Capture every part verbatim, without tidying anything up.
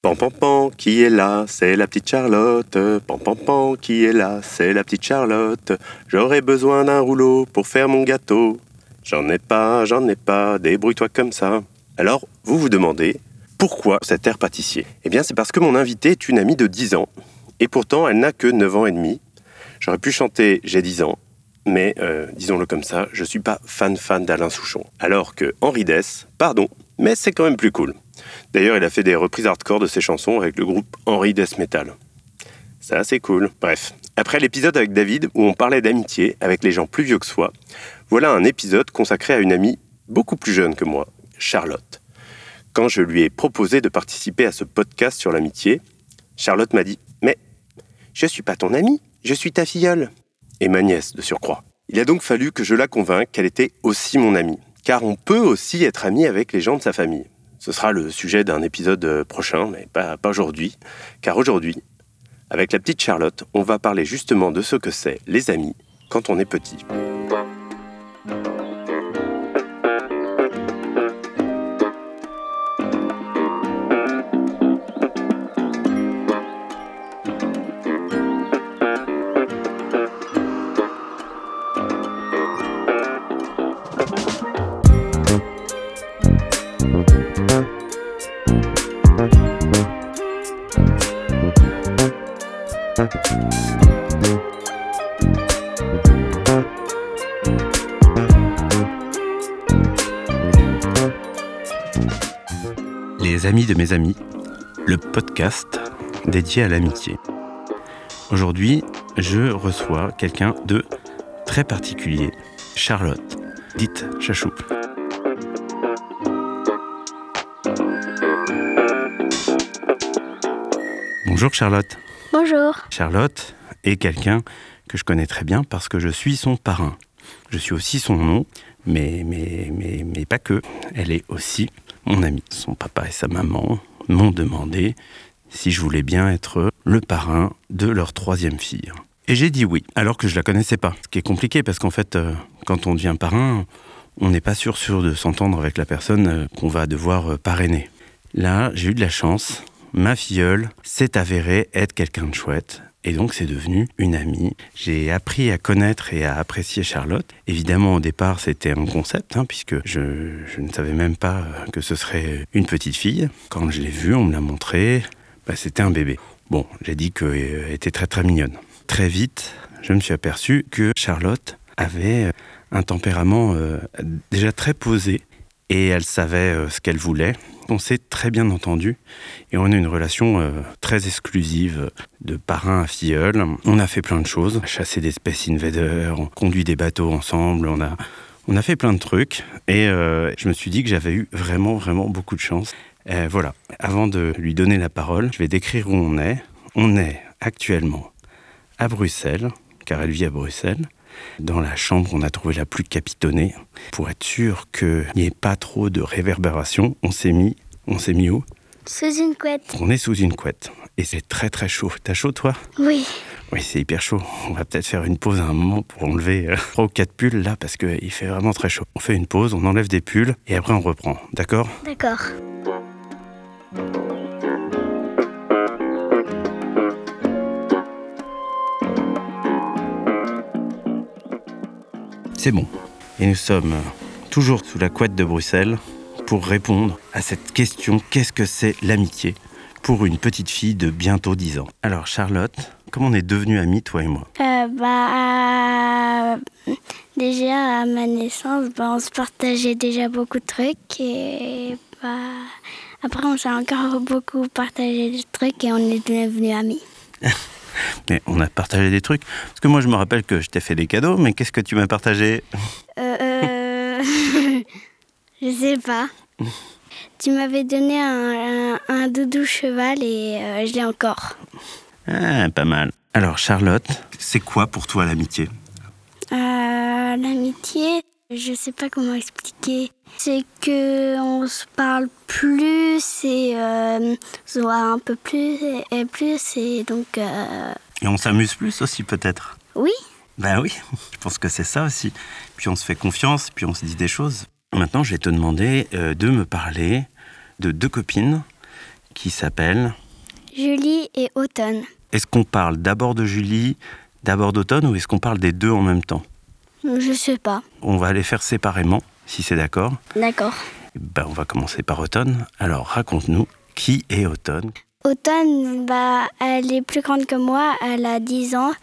Pan pan pan, qui est là? C'est la petite Charlotte. Pan pan pan, qui est là? C'est la petite Charlotte. J'aurais besoin d'un rouleau pour faire mon gâteau. J'en ai pas, j'en ai pas, débrouille-toi comme ça. Alors, vous vous demandez, pourquoi cet air pâtissier? Eh bien, c'est parce que mon invitée est une amie de dix ans. Et pourtant, elle n'a que neuf ans et demi. J'aurais pu chanter « J'ai dix ans », mais, euh, disons-le comme ça, je suis pas fan-fan d'Alain Souchon. Alors que Henri Dess, pardon, mais c'est quand même plus cool. D'ailleurs, il a fait des reprises hardcore de ses chansons avec le groupe Henri Dess Metal. Ça, c'est cool. Bref, après l'épisode avec David, où on parlait d'amitié avec les gens plus vieux que soi, voilà un épisode consacré à une amie beaucoup plus jeune que moi, Charlotte. Quand je lui ai proposé de participer à ce podcast sur l'amitié, Charlotte m'a dit « Mais je suis pas ton amie, je suis ta filleule. » Et ma nièce, de surcroît. Il a donc fallu que je la convainque qu'elle était aussi mon amie. Car on peut aussi être ami avec les gens de sa famille. Ce sera le sujet d'un épisode prochain, mais pas, pas aujourd'hui. Car aujourd'hui, avec la petite Charlotte, on va parler justement de ce que c'est les amis quand on est petit. Les amis de mes amis, le podcast dédié à l'amitié. Aujourd'hui, je reçois quelqu'un de très particulier, Charlotte, dite Chachou. Bonjour Charlotte. Bonjour. Charlotte est quelqu'un que je connais très bien parce que je suis son parrain. Je suis aussi son nom, mais, mais, mais, mais pas que. Elle est aussi mon amie. Son papa et sa maman m'ont demandé si je voulais bien être le parrain de leur troisième fille. Et j'ai dit oui, alors que je la connaissais pas. Ce qui est compliqué parce qu'en fait, euh, quand on devient parrain, on n'est pas sûr, sûr de s'entendre avec la personne euh, qu'on va devoir euh, parrainer. Là, j'ai eu de la chance. Ma filleule s'est avérée être quelqu'un de chouette. Et donc, c'est devenu une amie. J'ai appris à connaître et à apprécier Charlotte. Évidemment, au départ, c'était un concept, hein, puisque je, je ne savais même pas que ce serait une petite fille. Quand je l'ai vue, on me l'a montré, bah, c'était un bébé. Bon, j'ai dit qu'elle était très très mignonne. Très vite, je me suis aperçu que Charlotte avait un tempérament euh, déjà très posé et elle savait euh, ce qu'elle voulait. On s'est très bien entendu et on a une relation euh, très exclusive de parrain à filleule. On a fait plein de choses, chassé des Space Invaders, on conduit des bateaux ensemble, on a, on a fait plein de trucs et euh, je me suis dit que j'avais eu vraiment, vraiment beaucoup de chance. Euh, voilà, avant de lui donner la parole, je vais décrire où on est. On est actuellement à Bruxelles, car elle vit à Bruxelles. Dans la chambre, on a trouvé la plus capitonnée. Pour être sûr qu'il n'y ait pas trop de réverbération, on s'est mis, on s'est mis où? Sous une couette. On est sous une couette. Et c'est très très chaud. T'as chaud, toi? Oui. Oui, c'est hyper chaud. On va peut-être faire une pause à un moment pour enlever euh, trois ou quatre pulls, là, parce qu'il fait vraiment très chaud. On fait une pause, on enlève des pulls, et après on reprend. D'accord? D'accord. C'est bon. Et nous sommes toujours sous la couette de Bruxelles pour répondre à cette question « Qu'est-ce que c'est l'amitié ?» pour une petite fille de bientôt dix ans. Alors Charlotte, comment on est devenus amis, toi et moi? Euh, bah, euh, déjà à ma naissance, bah, on se partageait déjà beaucoup de trucs et bah, après on s'est encore beaucoup partagé des trucs et on est devenus amis. Mais on a partagé des trucs. Parce que moi, je me rappelle que je t'ai fait des cadeaux, mais qu'est-ce que tu m'as partagé? Euh... euh... je sais pas. Tu m'avais donné un, un, un doudou cheval et euh, je l'ai encore. Ah, pas mal. Alors, Charlotte, c'est quoi pour toi l'amitié? euh, L'amitié, je sais pas comment expliquer. C'est qu'on se parle plus et euh, on se voit un peu plus et, et plus et donc... Euh... Et on s'amuse plus aussi peut-être? Oui. Ben oui, je pense que c'est ça aussi. Puis on se fait confiance, puis on se dit des choses. Maintenant, je vais te demander euh, de me parler de deux copines qui s'appellent Julie et Automne. Est-ce qu'on parle d'abord de Julie, d'abord d'Automne, ou est-ce qu'on parle des deux en même temps? Je sais pas. On va les faire séparément, si c'est d'accord. D'accord. Ben, on va commencer par Automne. Alors, raconte-nous, qui est Automne? Automne, bah, elle est plus grande que moi, elle a dix ans.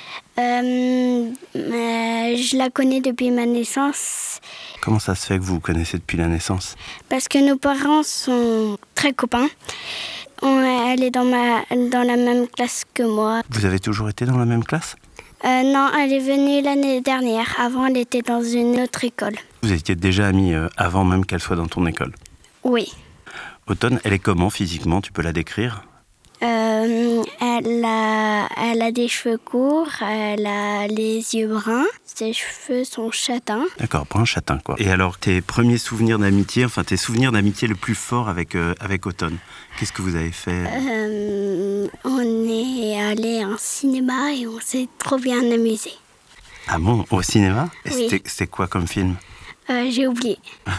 Euh, euh, je la connais depuis ma naissance. Comment ça se fait que vous vous connaissez depuis la naissance? Parce que nos parents sont très copains. On, elle est dans, ma, dans la même classe que moi. Vous avez toujours été dans la même classe? Euh, non, elle est venue l'année dernière. Avant, elle était dans une autre école. Vous étiez déjà amis euh, avant même qu'elle soit dans ton école? Oui. Automne, elle est comment physiquement? Tu peux la décrire? Euh, elle, a, elle a des cheveux courts, elle a les yeux bruns, ses cheveux sont châtains. D'accord, brun châtain quoi. Et alors, tes premiers souvenirs d'amitié, enfin tes souvenirs d'amitié le plus fort avec, euh, avec Automne, qu'est-ce que vous avez fait? euh, On est allé en cinéma et on s'est trop bien amusé. Ah bon, au cinéma? Et Oui. C'était, c'était quoi comme film? Euh, j'ai oublié.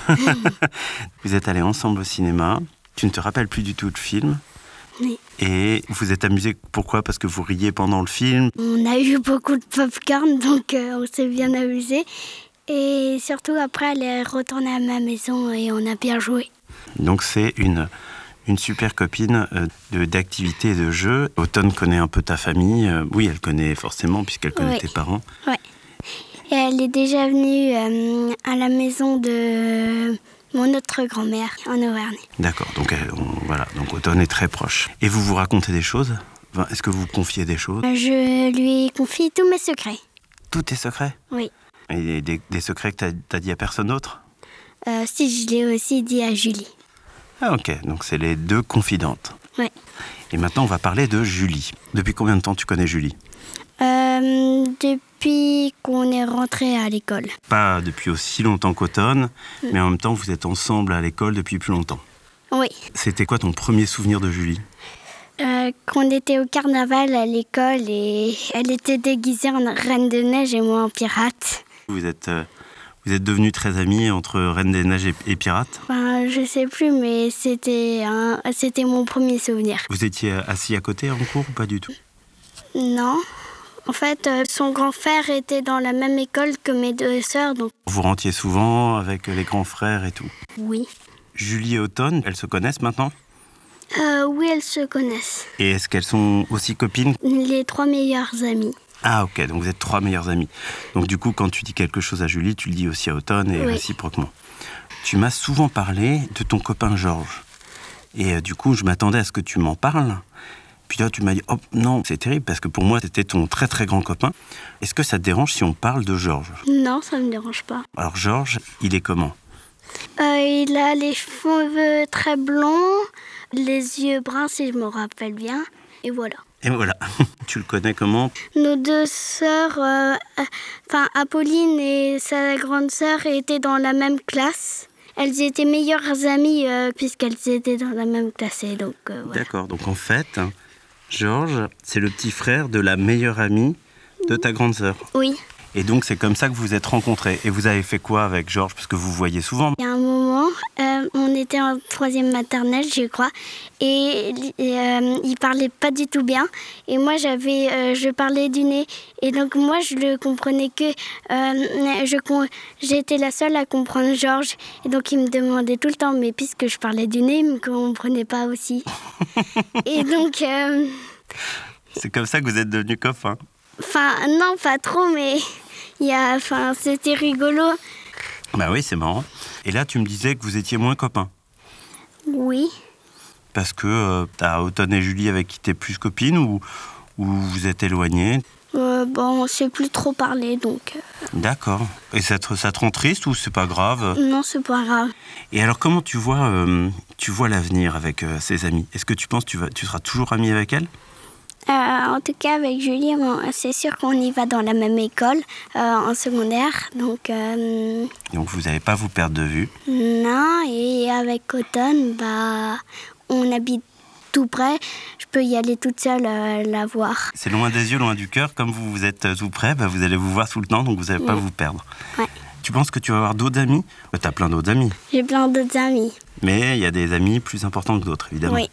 Vous êtes allés ensemble au cinéma, tu ne te rappelles plus du tout le film? Oui. Et vous êtes amusés, pourquoi? Parce que vous riez pendant le film? On a eu beaucoup de popcorn, donc euh, on s'est bien amusé. Et surtout, après, elle est retournée à ma maison et on a bien joué. Donc c'est une, une super copine euh, de, d'activité et de jeu. Automne connaît un peu ta famille. Euh, oui, elle connaît forcément, puisqu'elle connaît Oui. tes parents. Ouais. Et elle est déjà venue euh, à la maison de mon autre grand-mère en Auvergne. D'accord, donc, elle- on- voilà, donc Automne est très proche. Et vous vous racontez des choses? Enfin, est-ce que vous confiez des choses? Je lui confie tous mes secrets. Tous tes secrets? Oui. Et des, des secrets que t'as, t'as dit à personne d'autre? Euh, si, je l'ai aussi dit à Julie. Ah ok, donc c'est les deux confidentes. Ouais. Et maintenant on va parler de Julie. Depuis combien de temps tu connais Julie? Euh, depuis qu'on est rentré à l'école. Pas depuis aussi longtemps qu'Automne, mais en même temps vous êtes ensemble à l'école depuis plus longtemps. Oui. C'était quoi ton premier souvenir de Julie? Euh, qu'on était au carnaval à l'école et elle était déguisée en Reine de Neige et moi en pirate. Vous êtes, euh, vous êtes devenus très amis entre Reine des Neiges et, et Pirates? Enfin, je sais plus, mais c'était un, c'était mon premier souvenir. Vous étiez assis à côté en cours ou pas du tout? Non. En fait, euh, son grand frère était dans la même école que mes deux sœurs, donc Vous rentiez souvent avec les grands frères et tout. oui. Julie et Automne, elles se connaissent maintenant? Euh, oui, elles se connaissent. Et est-ce qu'elles sont aussi copines? Les trois meilleures amies. Ah ok, donc vous êtes trois meilleures amies. Donc du coup, quand tu dis quelque chose à Julie, tu le dis aussi à Automne et Oui. réciproquement. Tu m'as souvent parlé de ton copain Georges. Et euh, du coup, je m'attendais à ce que tu m'en parles. Puis là, tu m'as dit, oh non, c'est terrible, parce que pour moi, c'était ton très très grand copain. Est-ce que ça te dérange si on parle de Georges? Non, ça me dérange pas. Alors Georges, il est comment? Euh, il a les cheveux très blonds, les yeux bruns si je me rappelle bien, et voilà. Et voilà, tu le connais comment? Nos deux sœurs, euh, enfin Apolline et sa grande sœur étaient dans la même classe. Elles étaient meilleures amies euh, puisqu'elles étaient dans la même classe. Et donc, euh, voilà. D'accord, donc en fait, Georges, c'est le petit frère de la meilleure amie de ta grande sœur. Oui. Et donc c'est comme ça que vous vous êtes rencontrés. Et vous avez fait quoi avec Georges? Parce que vous vous voyez souvent. Il y a un moment, euh, on était en troisième maternelle, je crois, et, et euh, il parlait pas du tout bien. Et moi, j'avais, euh, je parlais du nez, et donc moi, je le comprenais que euh, je, j'étais la seule à comprendre Georges. Et donc il me demandait tout le temps, mais puisque je parlais du nez, il me comprenait pas aussi. Et donc, euh, C'est comme ça que vous êtes devenus copains. enfin, non, pas trop, mais il y a, enfin, c'était rigolo. Bah oui, c'est marrant. Et là, tu me disais que vous étiez moins copains. Oui. Parce que euh, t'as Automne et Julie avec qui t'es plus copine ou, ou vous êtes éloignés? Euh, bon, on sait plus trop parler, donc... euh, D'accord. Et ça te, ça te rend triste ou c'est pas grave? Non, c'est pas grave. Et alors, comment tu vois, euh, tu vois l'avenir avec euh, ces amis? Est-ce que tu penses que tu, vas, tu seras toujours ami avec elles? Euh, en tout cas, avec Julie, on- c'est sûr qu'on y va dans la même école, euh, en secondaire. Donc, euh, Donc, vous n'allez pas vous perdre de vue. non. Et avec Automne, bah, on habite tout près. Je peux y aller toute seule euh, la voir. C'est loin des yeux, loin du cœur. Comme vous, vous êtes tout près, bah, vous allez vous voir tout le temps, donc vous n'allez pas Ouais. vous perdre. Ouais. Tu penses que tu vas avoir d'autres amis? Bah, t'as plein d'autres amis. J'ai plein d'autres amis. Mais il y a des amis plus importants que d'autres, évidemment. Oui.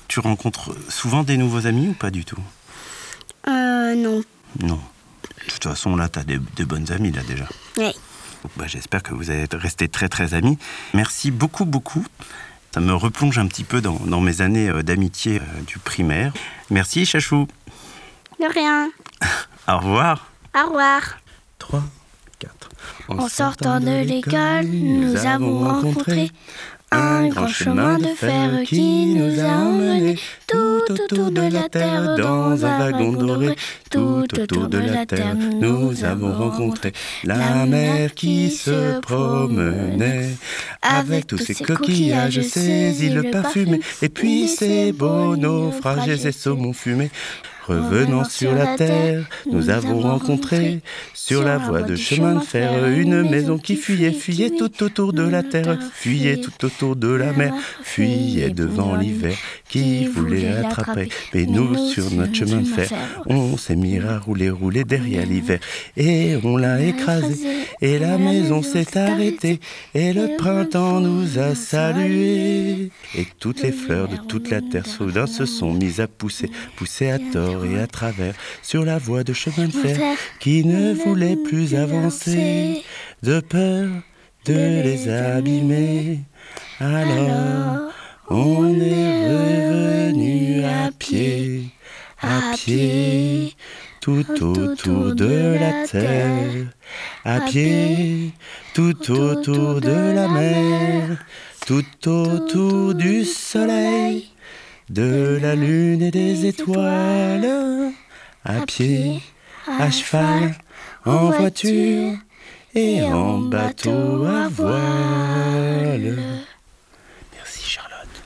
tu rencontres souvent des nouveaux amis ou pas du tout? Euh, non. Non. De toute façon, là, tu as de, de bonnes amies, là, déjà. Oui. Bah, j'espère que vous allez rester très, très amis. Merci beaucoup, beaucoup. Ça me replonge un petit peu dans, dans mes années d'amitié euh, du primaire. Merci, Chachou. De rien. Au revoir. Au revoir. trois, quatre. En sortant de l'école, nous avons rencontré un grand chemin de fer qui nous a emmenés tout autour de la terre dans un wagon doré. Tout autour de la terre, nous avons rencontré la mer qui se promenait avec tous ses coquillages, ses îles parfumées et puis ses beaux naufrages et ses saumons fumés. Revenant sur la terre, nous avons rencontré sur la voie de chemin de fer une maison qui fuyait, fuyait tout autour de la terre, fuyait tout autour de la mer, fuyait devant l'hiver qui voulait attraper. Mais nous, sur notre chemin de fer, on s'est mis à rouler, rouler derrière l'hiver et on l'a écrasé et la maison s'est arrêtée et le printemps nous a salués et toutes les fleurs de toute la terre soudain se sont mises à pousser, pousser à tort et à travers sur la voie de chemin de fer qui ne voulait plus avancer de peur de les abîmer. Alors on est revenu à pied, à pied, tout autour de la terre, à pied, tout autour de la mer, tout autour du soleil, de la lune et des étoiles, à pied, à cheval, en voiture et en bateau à voile. Merci Charlotte.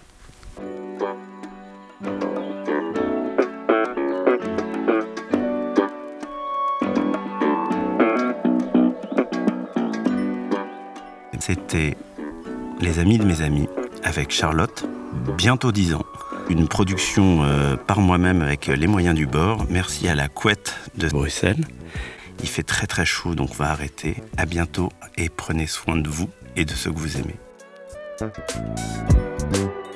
C'était Les amis de mes amis avec Charlotte, bientôt dix ans. Une production euh, par moi-même avec les moyens du bord. Merci à la Couette de Bruxelles. Il fait très très chaud, donc on va arrêter. À bientôt et prenez soin de vous et de ceux que vous aimez.